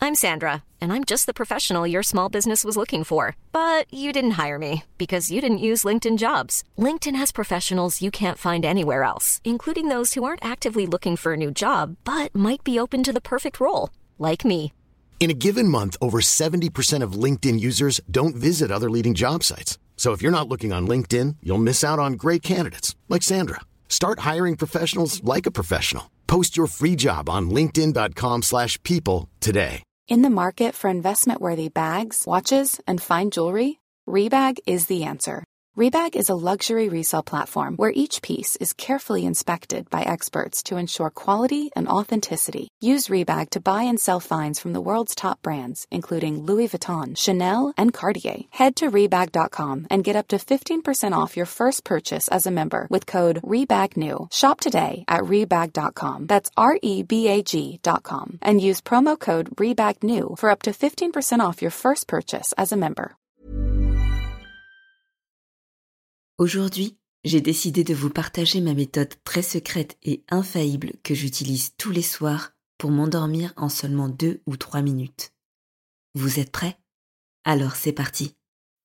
I'm Sandra, and I'm just the professional your small business was looking for. But you didn't hire me because you didn't use LinkedIn Jobs. LinkedIn has professionals you can't find anywhere else, including those who aren't actively looking for a new job, but might be open to the perfect role, like me. In a given month, over 70% of LinkedIn users don't visit other leading job sites. So if you're not looking on LinkedIn, you'll miss out on great candidates like Sandra. Start hiring professionals like a professional. Post your free job on linkedin.com/people today. In the market for investment-worthy bags, watches, and fine jewelry, Rebag is the answer. Rebag is a luxury resale platform where each piece is carefully inspected by experts to ensure quality and authenticity. Use Rebag to buy and sell finds from the world's top brands, including Louis Vuitton, Chanel, and Cartier. Head to Rebag.com and get up to 15% off your first purchase as a member with code REBAGNEW. Shop today at Rebag.com. That's REBAG.com. And use promo code REBAGNEW for up to 15% off your first purchase as a member. Aujourd'hui, j'ai décidé de vous partager ma méthode très secrète et infaillible que j'utilise tous les soirs pour m'endormir en seulement 2 ou 3 minutes. Vous êtes prêts ? Alors c'est parti.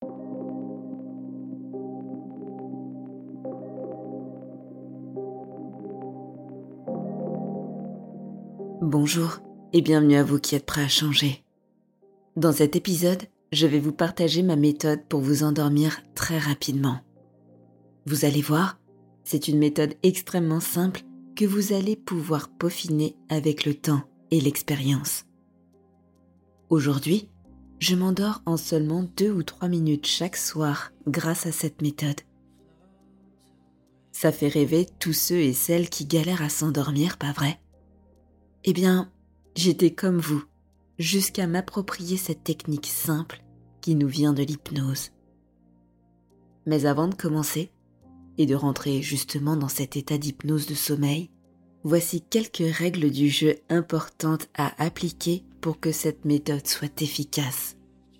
Bonjour et bienvenue à vous qui êtes prêts à changer. Dans cet épisode, je vais vous partager ma méthode pour vous endormir très rapidement. Vous allez voir, c'est une méthode extrêmement simple que vous allez pouvoir peaufiner avec le temps et l'expérience. Aujourd'hui, je m'endors en seulement 2 ou 3 minutes chaque soir grâce à cette méthode. Ça fait rêver tous ceux et celles qui galèrent à s'endormir, pas vrai ? Eh bien, j'étais comme vous, jusqu'à m'approprier cette technique simple qui nous vient de l'hypnose. Mais avant de commencer, et de rentrer justement dans cet état d'hypnose de sommeil, voici quelques règles du jeu importantes à appliquer pour que cette méthode soit efficace.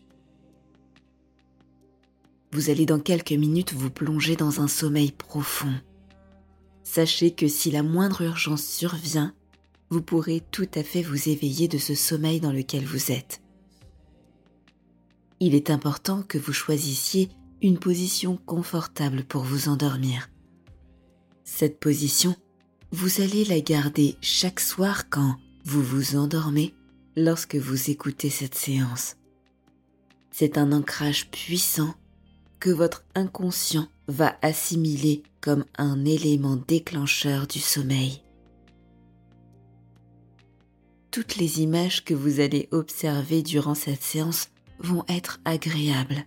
Vous allez dans quelques minutes vous plonger dans un sommeil profond. Sachez que si la moindre urgence survient, vous pourrez tout à fait vous éveiller de ce sommeil dans lequel vous êtes. Il est important que vous choisissiez une position confortable pour vous endormir. Cette position, vous allez la garder chaque soir quand vous vous endormez lorsque vous écoutez cette séance. C'est un ancrage puissant que votre inconscient va assimiler comme un élément déclencheur du sommeil. Toutes les images que vous allez observer durant cette séance vont être agréables.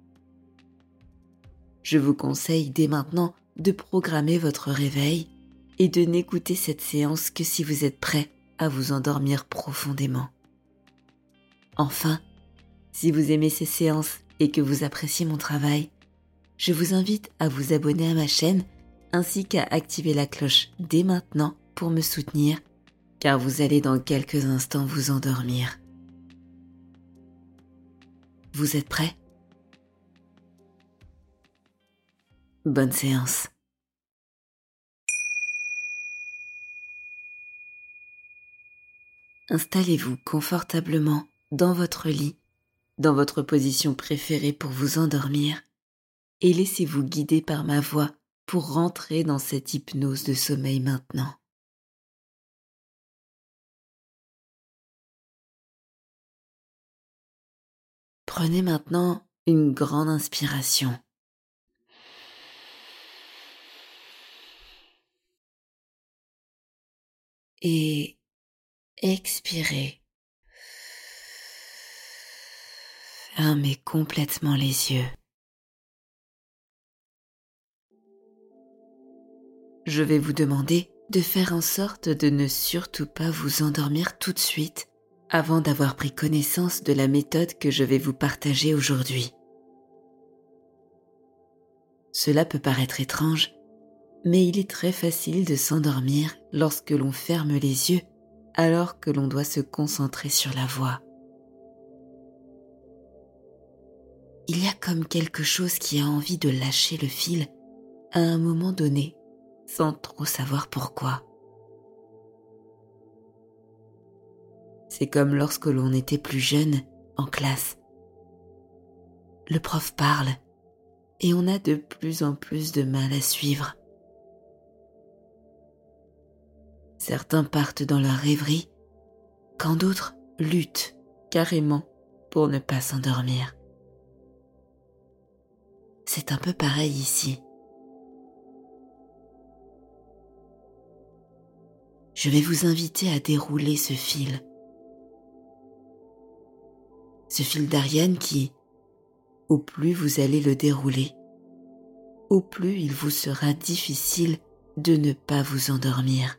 Je vous conseille dès maintenant de programmer votre réveil et de n'écouter cette séance que si vous êtes prêt à vous endormir profondément. Enfin, si vous aimez ces séances et que vous appréciez mon travail, je vous invite à vous abonner à ma chaîne ainsi qu'à activer la cloche dès maintenant pour me soutenir, car vous allez dans quelques instants vous endormir. Vous êtes prêts ? Bonne séance. Installez-vous confortablement dans votre lit, dans votre position préférée pour vous endormir, et laissez-vous guider par ma voix pour rentrer dans cette hypnose de sommeil maintenant. Prenez maintenant une grande inspiration. Et expirez. Fermez complètement les yeux. Je vais vous demander de faire en sorte de ne surtout pas vous endormir tout de suite avant d'avoir pris connaissance de la méthode que je vais vous partager aujourd'hui. Cela peut paraître étrange, mais il est très facile de s'endormir lorsque l'on ferme les yeux alors que l'on doit se concentrer sur la voix. Il y a comme quelque chose qui a envie de lâcher le fil à un moment donné, sans trop savoir pourquoi. C'est comme lorsque l'on était plus jeune, en classe. Le prof parle et on a de plus en plus de mal à suivre. Certains partent dans leur rêverie, quand d'autres luttent carrément pour ne pas s'endormir. C'est un peu pareil ici. Je vais vous inviter à dérouler ce fil. Ce fil d'Ariane qui, au plus vous allez le dérouler, au plus il vous sera difficile de ne pas vous endormir.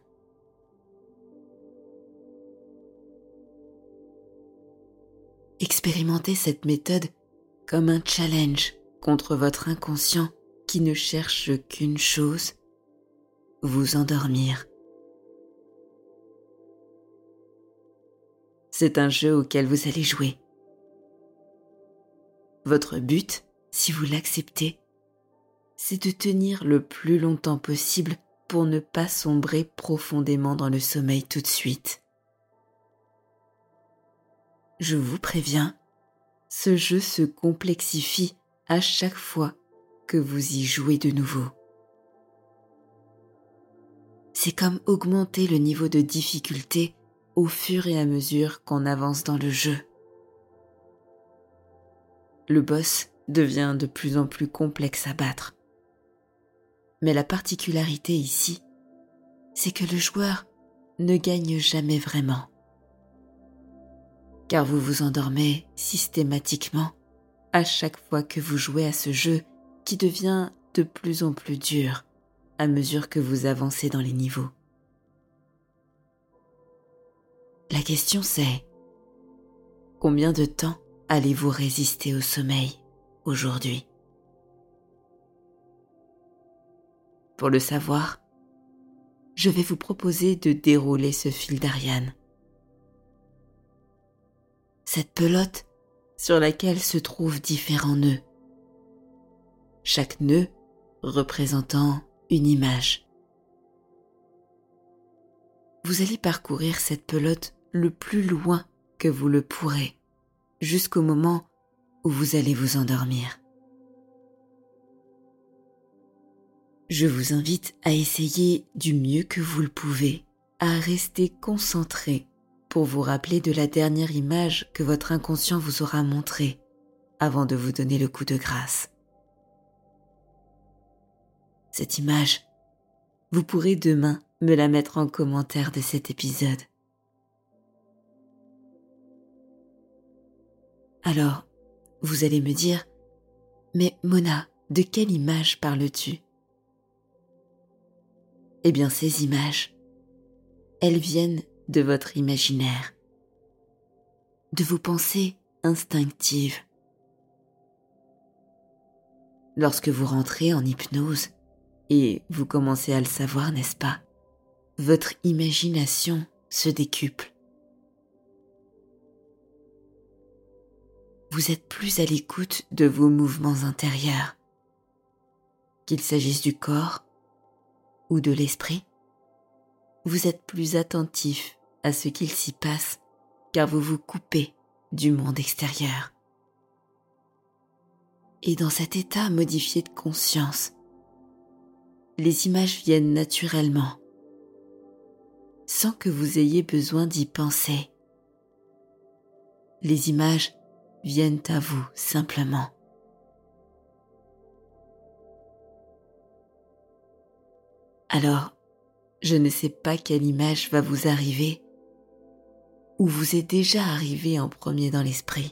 Expérimentez cette méthode comme un challenge contre votre inconscient qui ne cherche qu'une chose, vous endormir. C'est un jeu auquel vous allez jouer. Votre but, si vous l'acceptez, c'est de tenir le plus longtemps possible pour ne pas sombrer profondément dans le sommeil tout de suite. Je vous préviens, ce jeu se complexifie à chaque fois que vous y jouez de nouveau. C'est comme augmenter le niveau de difficulté au fur et à mesure qu'on avance dans le jeu. Le boss devient de plus en plus complexe à battre. Mais la particularité ici, c'est que le joueur ne gagne jamais vraiment. Car vous vous endormez systématiquement à chaque fois que vous jouez à ce jeu qui devient de plus en plus dur à mesure que vous avancez dans les niveaux. La question c'est, combien de temps allez-vous résister au sommeil aujourd'hui? Pour le savoir, je vais vous proposer de dérouler ce fil d'Ariane. Cette pelote sur laquelle se trouvent différents nœuds. Chaque nœud représentant une image. Vous allez parcourir cette pelote le plus loin que vous le pourrez, jusqu'au moment où vous allez vous endormir. Je vous invite à essayer du mieux que vous le pouvez, à rester concentré pour vous rappeler de la dernière image que votre inconscient vous aura montrée avant de vous donner le coup de grâce. Cette image, vous pourrez demain me la mettre en commentaire de cet épisode. Alors, vous allez me dire, mais Mona, de quelle image parles-tu ? Eh bien, ces images, elles viennent de votre imaginaire, de vos pensées instinctives. Lorsque vous rentrez en hypnose, et vous commencez à le savoir, n'est-ce pas ? Votre imagination se décuple. Vous êtes plus à l'écoute de vos mouvements intérieurs, qu'il s'agisse du corps ou de l'esprit. Vous êtes plus attentif à ce qu'il s'y passe car vous vous coupez du monde extérieur. Et dans cet état modifié de conscience, les images viennent naturellement, sans que vous ayez besoin d'y penser. Les images viennent à vous simplement. Alors, je ne sais pas quelle image va vous arriver ou vous est déjà arrivée en premier dans l'esprit.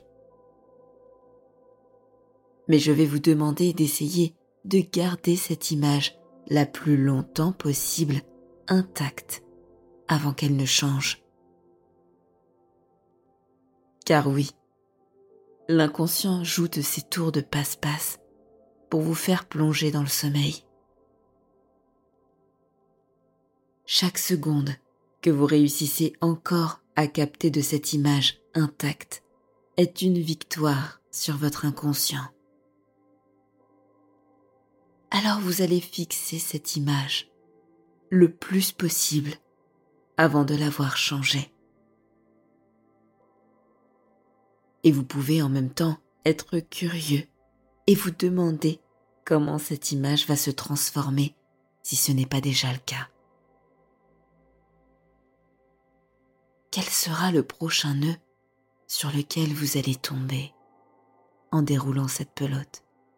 Mais je vais vous demander d'essayer de garder cette image la plus longtemps possible intacte avant qu'elle ne change. Car oui, l'inconscient joue de ses tours de passe-passe pour vous faire plonger dans le sommeil. Chaque seconde que vous réussissez encore à capter de cette image intacte est une victoire sur votre inconscient. Alors vous allez fixer cette image le plus possible avant de l'avoir changée. Et vous pouvez en même temps être curieux et vous demander comment cette image va se transformer si ce n'est pas déjà le cas. Quel sera le prochain nœud sur lequel vous allez tomber en déroulant cette pelote?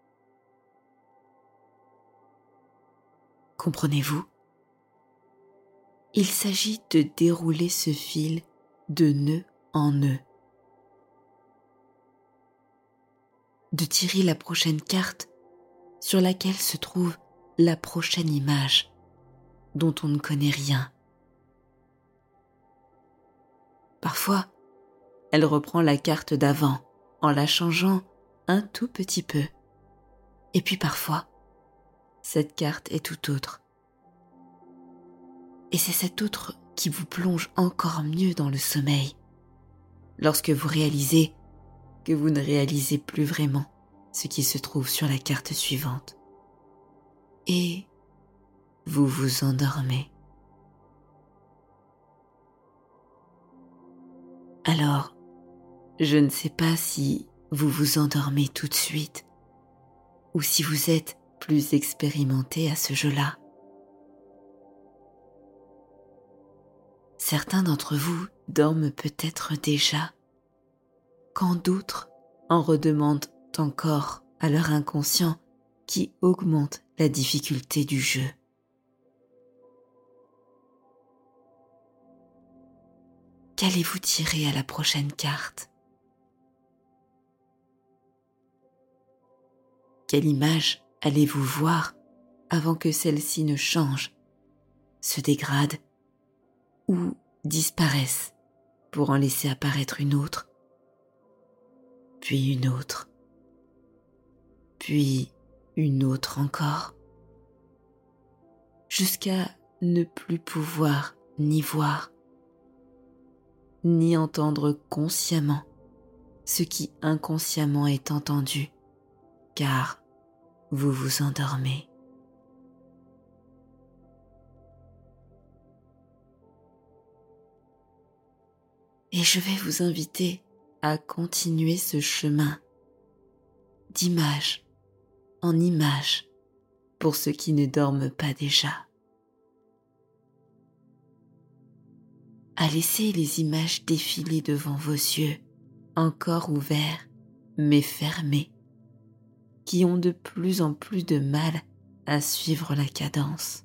Comprenez-vous? Il s'agit de dérouler ce fil de nœud en nœud, de tirer la prochaine carte sur laquelle se trouve la prochaine image dont on ne connaît rien. Parfois, elle reprend la carte d'avant en la changeant un tout petit peu. Et puis parfois, cette carte est tout autre. Et c'est cette autre qui vous plonge encore mieux dans le sommeil, lorsque vous réalisez que vous ne réalisez plus vraiment ce qui se trouve sur la carte suivante. Et vous vous endormez. Alors, je ne sais pas si vous vous endormez tout de suite ou si vous êtes plus expérimenté à ce jeu-là. Certains d'entre vous dorment peut-être déjà, quand d'autres en redemandent encore à leur inconscient qui augmente la difficulté du jeu. Qu'allez-vous tirer à la prochaine carte? Quelle image allez-vous voir avant que celle-ci ne change, se dégrade ou disparaisse pour en laisser apparaître une autre, puis une autre, puis une autre encore, jusqu'à ne plus pouvoir ni voir, ni entendre consciemment ce qui inconsciemment est entendu, car vous vous endormez. Et je vais vous inviter à continuer ce chemin d'image en image pour ceux qui ne dorment pas déjà. À laisser les images défiler devant vos yeux, encore ouverts mais fermés, qui ont de plus en plus de mal à suivre la cadence.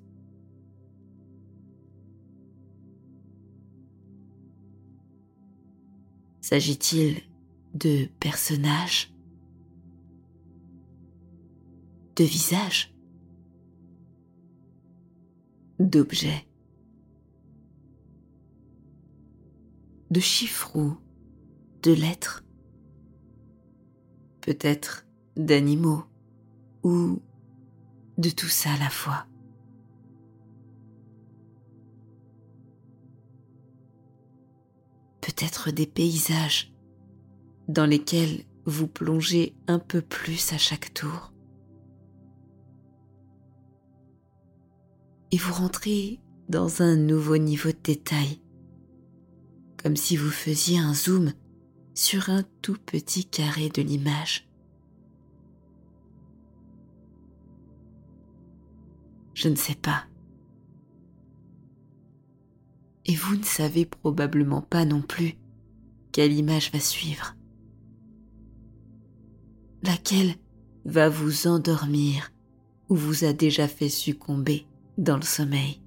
S'agit-il de personnages, de visages, d'objets, de chiffres ou de lettres, peut-être d'animaux ou de tout ça à la fois? Peut-être des paysages dans lesquels vous plongez un peu plus à chaque tour. Et vous rentrez dans un nouveau niveau de détail, comme si vous faisiez un zoom sur un tout petit carré de l'image. Je ne sais pas. Et vous ne savez probablement pas non plus quelle image va suivre. Laquelle va vous endormir ou vous a déjà fait succomber dans le sommeil.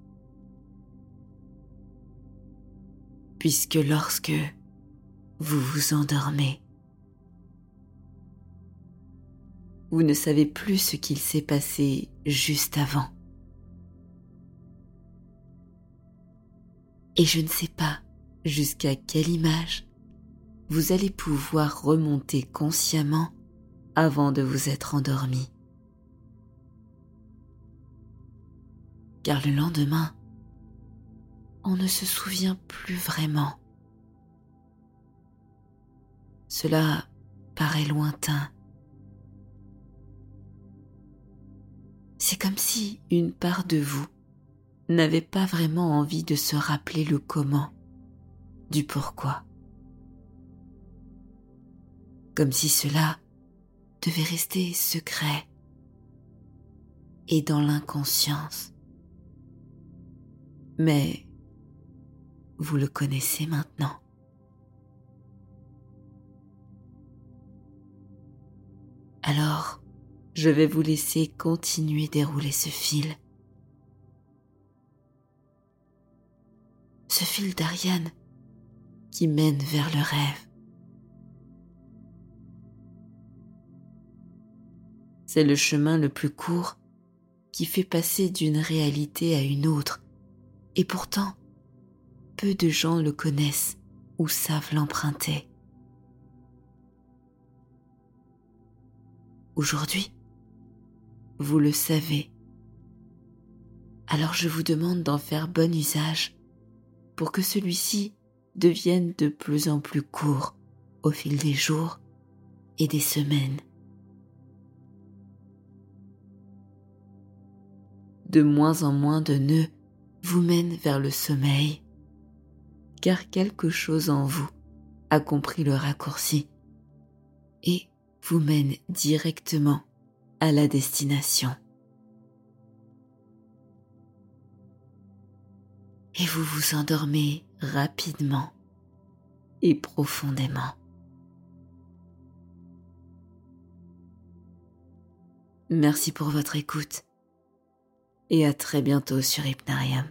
Puisque lorsque vous vous endormez, vous ne savez plus ce qu'il s'est passé juste avant. Et je ne sais pas jusqu'à quelle image vous allez pouvoir remonter consciemment avant de vous être endormi. Car le lendemain, on ne se souvient plus vraiment. Cela paraît lointain. C'est comme si une part de vous n'avait pas vraiment envie de se rappeler le comment, du pourquoi. comme si cela devait rester secret et dans l'inconscience. Mais vous le connaissez maintenant. Alors, je vais vous laisser continuer dérouler ce fil. Ce fil d'Ariane qui mène vers le rêve. C'est le chemin le plus court qui fait passer d'une réalité à une autre, et pourtant, peu de gens le connaissent ou savent l'emprunter. Aujourd'hui, vous le savez. Alors je vous demande d'en faire bon usage pour que celui-ci devienne de plus en plus court au fil des jours et des semaines. De moins en moins de nœuds vous mènent vers le sommeil, car quelque chose en vous a compris le raccourci et vous mène directement à la destination. Et vous vous endormez rapidement et profondément. Merci pour votre écoute et à très bientôt sur Hypnarium.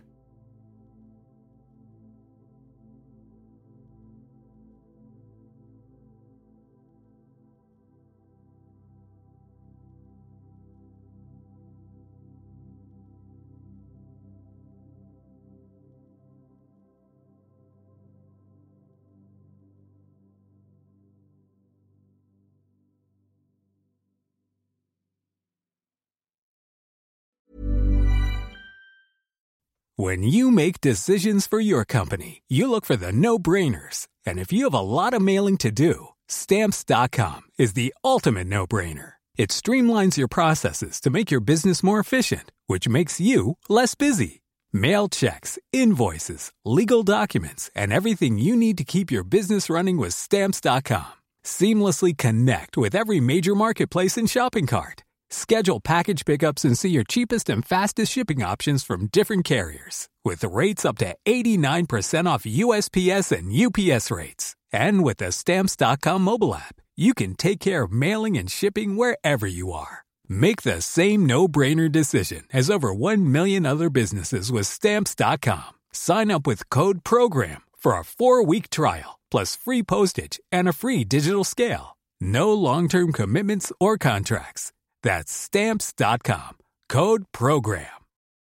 When you make decisions for your company, you look for the no-brainers. And if you have a lot of mailing to do, Stamps.com is the ultimate no-brainer. It streamlines your processes to make your business more efficient, which makes you less busy. Mail checks, invoices, legal documents, and everything you need to keep your business running with Stamps.com. Seamlessly connect with every major marketplace and shopping cart. Schedule package pickups and see your cheapest and fastest shipping options from different carriers, with rates up to 89% off USPS and UPS rates. And with the Stamps.com mobile app, you can take care of mailing and shipping wherever you are. Make the same no-brainer decision as over 1 million other businesses with Stamps.com. Sign up with code PROGRAM for a 4-week trial, plus free postage and a free digital scale. No long-term commitments or contracts. That's Stamps.com. Code PROGRAM.